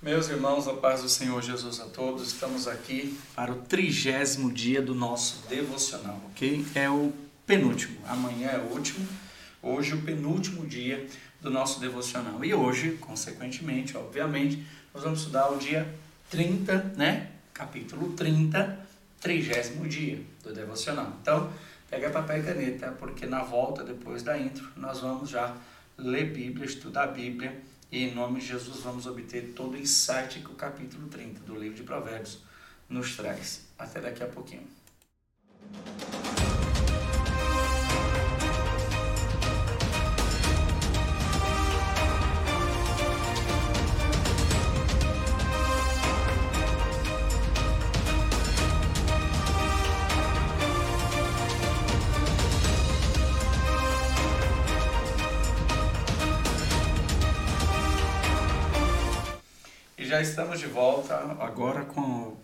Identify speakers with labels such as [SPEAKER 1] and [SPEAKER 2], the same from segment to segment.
[SPEAKER 1] Meus irmãos, a paz do Senhor Jesus a todos, estamos aqui para o 30º dia do nosso devocional, ok? É o penúltimo, amanhã é o último, hoje o penúltimo dia do nosso devocional. E hoje, consequentemente, obviamente, nós vamos estudar o dia 30, né? Capítulo 30, 30º dia do devocional. Então, pega papel e caneta, porque na volta, depois da intro, nós vamos já ler Bíblia, estudar a Bíblia, e em nome de Jesus vamos obter todo o insight que o capítulo 30 do livro de Provérbios nos traz. Até daqui a pouquinho. Já estamos de volta agora com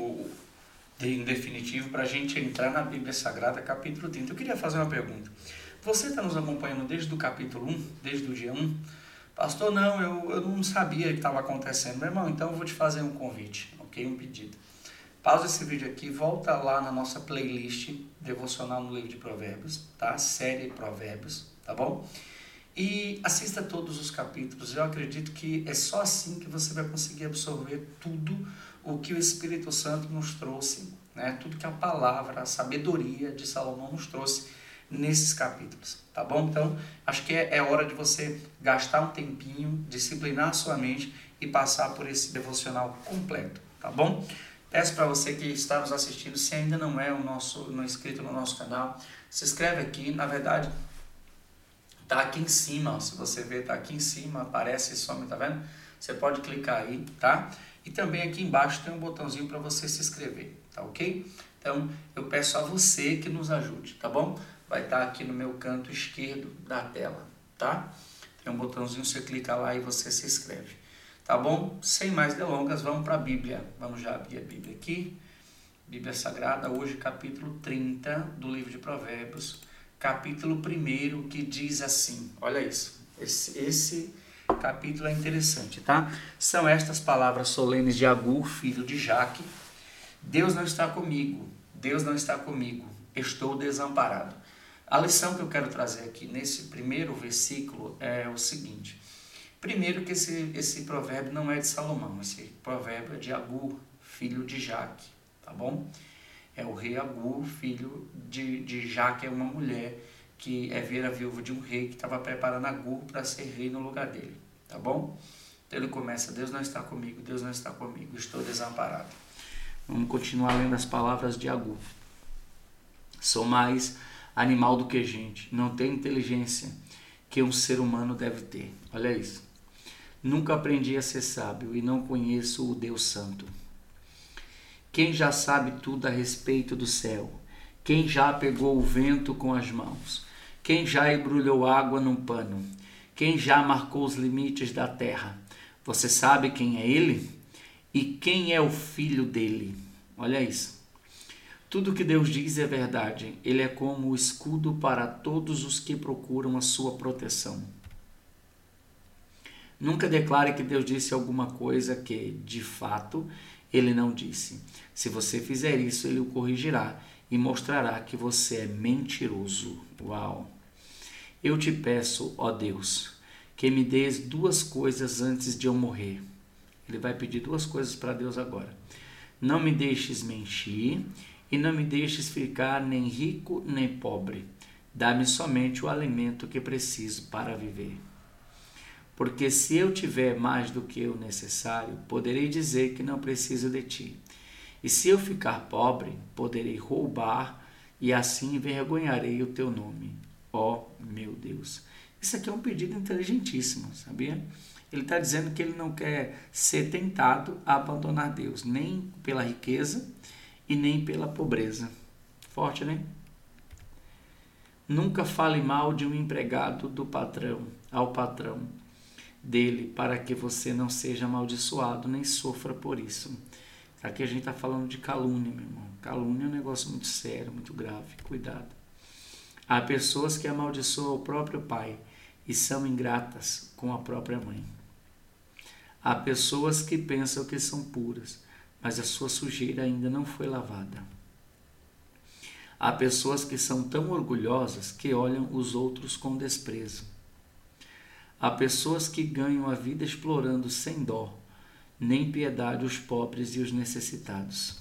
[SPEAKER 1] em definitivo para a gente entrar na Bíblia Sagrada, capítulo 30. Eu queria fazer uma pergunta. Você está nos acompanhando desde o capítulo 1, desde o dia 1? Pastor, não, eu não sabia que estava acontecendo. Meu irmão, então eu vou te fazer um convite, ok? Um pedido. Pausa esse vídeo aqui, volta lá na nossa playlist devocional no livro de Provérbios, tá? Série Provérbios, tá bom? E assista todos os capítulos. Eu acredito que é só assim que você vai conseguir absorver tudo o que o Espírito Santo nos trouxe, né? Tudo que a palavra, a sabedoria de Salomão nos trouxe nesses capítulos, tá bom? Então, acho que é hora de você gastar um tempinho, disciplinar a sua mente e passar por esse devocional completo, tá bom? Peço para você que está nos assistindo, se ainda não é não é inscrito no nosso canal, se inscreve aqui. Na verdade, tá aqui em cima, ó. Se você ver, tá aqui em cima, aparece e some, tá vendo? Você pode clicar aí, tá? E também aqui embaixo tem um botãozinho para você se inscrever, tá ok? Então, eu peço a você que nos ajude, tá bom? Vai estar aqui no meu canto esquerdo da tela, tá? Tem um botãozinho, você clica lá e você se inscreve, tá bom? Sem mais delongas, vamos para a Bíblia. Vamos já abrir a Bíblia aqui. Bíblia Sagrada, hoje capítulo 30 do livro de Provérbios. Capítulo 1 que diz assim, olha isso, esse capítulo é interessante, tá? São estas palavras solenes de Agur, filho de Jaque. Deus não está comigo, Deus não está comigo, estou desamparado. A lição que eu quero trazer aqui nesse primeiro versículo é o seguinte. Primeiro que esse provérbio não é de Salomão, esse provérbio é de Agur, filho de Jaque, tá bom? É o rei Agur, filho de Jaque, é uma mulher que era viúva de um rei que estava preparando Agur para ser rei no lugar dele, tá bom? Então ele começa, Deus não está comigo, Deus não está comigo, estou desamparado. Vamos continuar lendo as palavras de Agur. Sou mais animal do que gente, não tenho inteligência que um ser humano deve ter. Olha isso. Nunca aprendi a ser sábio e não conheço o Deus Santo. Quem já sabe tudo a respeito do céu? Quem já pegou o vento com as mãos? Quem já embrulhou água num pano? Quem já marcou os limites da terra? Você sabe quem é ele? E quem é o filho dele? Olha isso. Tudo que Deus diz é verdade. Ele é como o escudo para todos os que procuram a sua proteção. Nunca declare que Deus disse alguma coisa que, de fato, ele não disse. Se você fizer isso, ele o corrigirá e mostrará que você é mentiroso. Uau! Eu te peço, ó Deus, que me dês duas coisas antes de eu morrer. Ele vai pedir duas coisas para Deus agora. Não me deixes mentir e não me deixes ficar nem rico nem pobre. Dá-me somente o alimento que preciso para viver. Porque se eu tiver mais do que o necessário, poderei dizer que não preciso de ti. E se eu ficar pobre, poderei roubar e assim envergonharei o teu nome. Ó meu Deus. Isso aqui é um pedido inteligentíssimo, sabia? Ele está dizendo que ele não quer ser tentado a abandonar Deus, nem pela riqueza e nem pela pobreza. Forte, né? Nunca fale mal de um empregado do patrão ao patrão dele, para que você não seja amaldiçoado, nem sofra por isso. Aqui a gente está falando de calúnia, meu irmão. Calúnia é um negócio muito sério, muito grave. Cuidado. Há pessoas que amaldiçoam o próprio pai e são ingratas com a própria mãe. Há pessoas que pensam que são puras, mas a sua sujeira ainda não foi lavada. Há pessoas que são tão orgulhosas que olham os outros com desprezo. Há pessoas que ganham a vida explorando sem dó, nem piedade os pobres e os necessitados.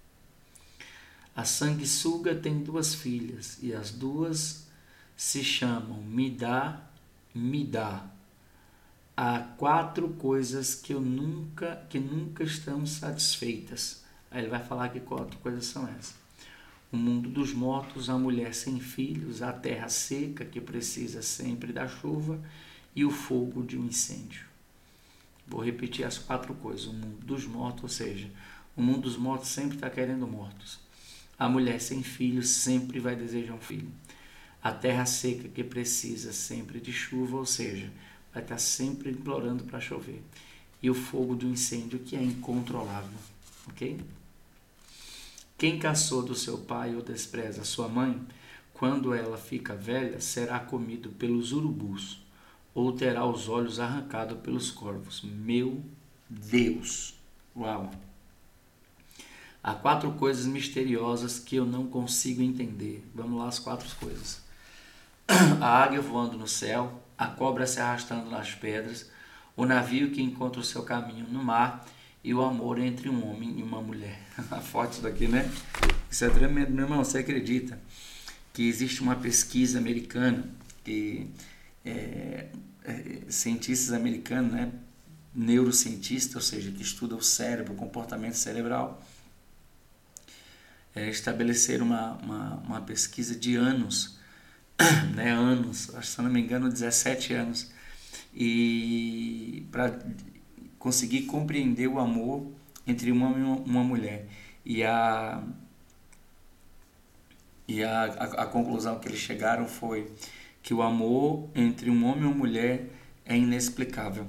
[SPEAKER 1] A sanguessuga tem 2 filhas, e as 2 se chamam Me dá, me dá. Há 4 coisas que nunca estão satisfeitas. Aí ele vai falar que 4 coisas são essas: o mundo dos mortos, a mulher sem filhos, a terra seca que precisa sempre da chuva e o fogo de um incêndio. Vou repetir as 4 coisas. O mundo dos mortos, ou seja, o mundo dos mortos sempre está querendo mortos. A mulher sem filhos sempre vai desejar um filho. A terra seca que precisa sempre de chuva, ou seja, vai estar sempre implorando para chover. E o fogo de um incêndio que é incontrolável. Ok? Quem caçou do seu pai ou despreza sua mãe, quando ela fica velha, será comido pelos urubus, ou terá os olhos arrancados pelos corvos. Meu Deus! Uau! Há 4 coisas misteriosas que eu não consigo entender. Vamos lá, as 4 coisas. A águia voando no céu, a cobra se arrastando nas pedras, o navio que encontra o seu caminho no mar e o amor entre um homem e uma mulher. A foto daqui, né? Isso é tremendo, meu irmão. Você acredita que existe uma pesquisa americana que cientistas americanos, né, neurocientistas, ou seja, que estudam o cérebro, o comportamento cerebral, estabeleceram uma pesquisa de anos, né, anos, se não me engano 17 anos, e para conseguir compreender o amor entre um homem e uma mulher. E a conclusão que eles chegaram foi que o amor entre um homem e uma mulher é inexplicável.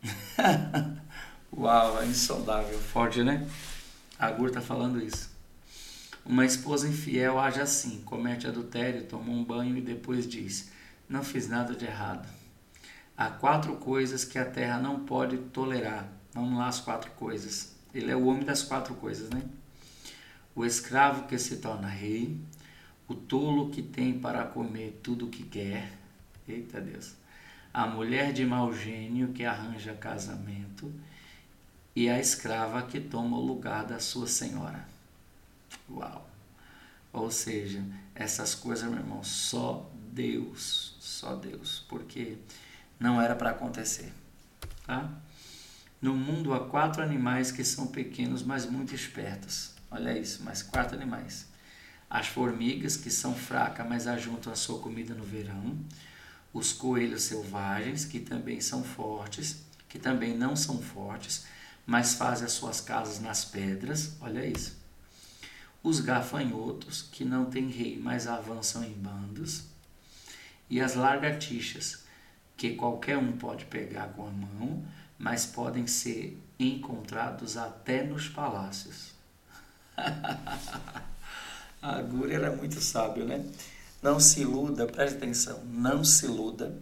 [SPEAKER 1] Uau, é insondável, forte, né? A Gur está falando isso. Uma esposa infiel age assim, comete adultério, toma um banho e depois diz: não fiz nada de errado. Há 4 coisas que a terra não pode tolerar. Vamos lá, as 4 coisas. Ele é o homem das 4 coisas, né? O escravo que se torna rei, o tolo que tem para comer tudo o que quer, eita Deus, a mulher de mau gênio que arranja casamento e a escrava que toma o lugar da sua senhora. Uau! Ou seja, essas coisas, meu irmão, só Deus, porque não era para acontecer, tá? No mundo há 4 animais que são pequenos, mas muito espertos. Olha isso, mais 4 animais. As formigas, que são fracas, mas ajuntam a sua comida no verão. Os coelhos selvagens, que também são fortes, que também não são fortes, mas fazem as suas casas nas pedras. Olha isso. Os gafanhotos, que não têm rei, mas avançam em bandos. E as lagartixas, que qualquer um pode pegar com a mão, mas podem ser encontrados até nos palácios. A Gúria era muito sábio, né? Não se iluda, preste atenção, não se iluda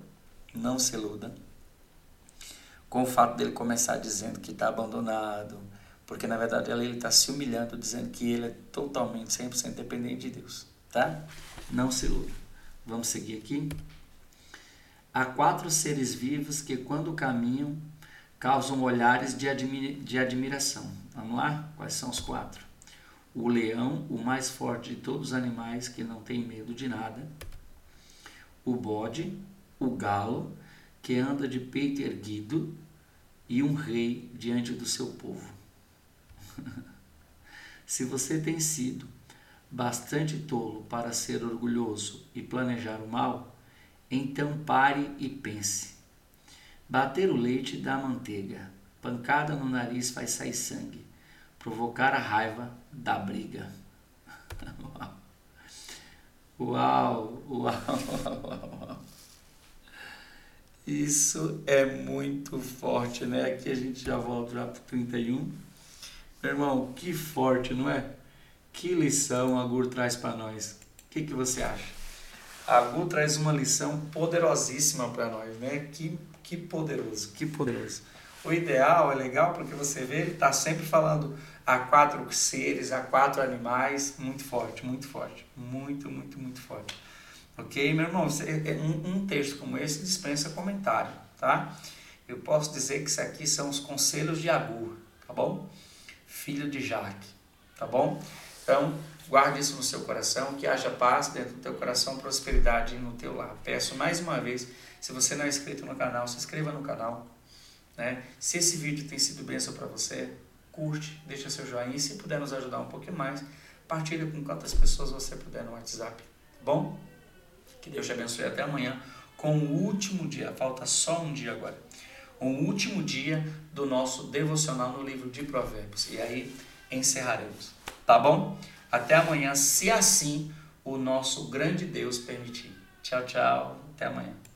[SPEAKER 1] com o fato dele começar dizendo que está abandonado, porque na verdade ele está se humilhando, dizendo que ele é totalmente, 100% dependente de Deus, tá? Não se iluda. Vamos seguir aqui. Há 4 seres vivos que quando caminham causam olhares de admiração. Vamos lá? Quais são os 4? O leão, o mais forte de todos os animais que não tem medo de nada. O bode, o galo, que anda de peito erguido, e um rei diante do seu povo. Se você tem sido bastante tolo para ser orgulhoso e planejar o mal, então pare e pense. Bater o leite dá manteiga, pancada no nariz faz sair sangue, provocar a raiva dá briga. Uau, uau, uau. Isso é muito forte, né? Aqui a gente já volta já para o 31. Meu irmão, que forte, não é? Que lição a Gur traz para nós. O que você acha? A Gur traz uma lição poderosíssima para nós, né? Que poderoso, que poderoso. O ideal é legal porque você vê, ele está sempre falando a 4 seres, a 4 animais, muito forte, muito forte, muito, muito, muito forte. Ok, meu irmão? Um texto como esse dispensa comentário, tá? Eu posso dizer que isso aqui são os conselhos de Agur, tá bom? Filho de Jaque, tá bom? Então, guarde isso no seu coração, que haja paz dentro do teu coração, prosperidade no teu lar. Peço mais uma vez, se você não é inscrito no canal, se inscreva no canal, né? Se esse vídeo tem sido bênção para você, curte, deixa seu joinha, e se puder nos ajudar um pouquinho mais, partilha com quantas pessoas você puder no WhatsApp, tá bom? Que Deus te abençoe até amanhã com o último dia, falta só um dia agora, o último dia do nosso devocional no livro de Provérbios, e aí encerraremos, tá bom? Até amanhã, se assim o nosso grande Deus permitir. Tchau, tchau, até amanhã.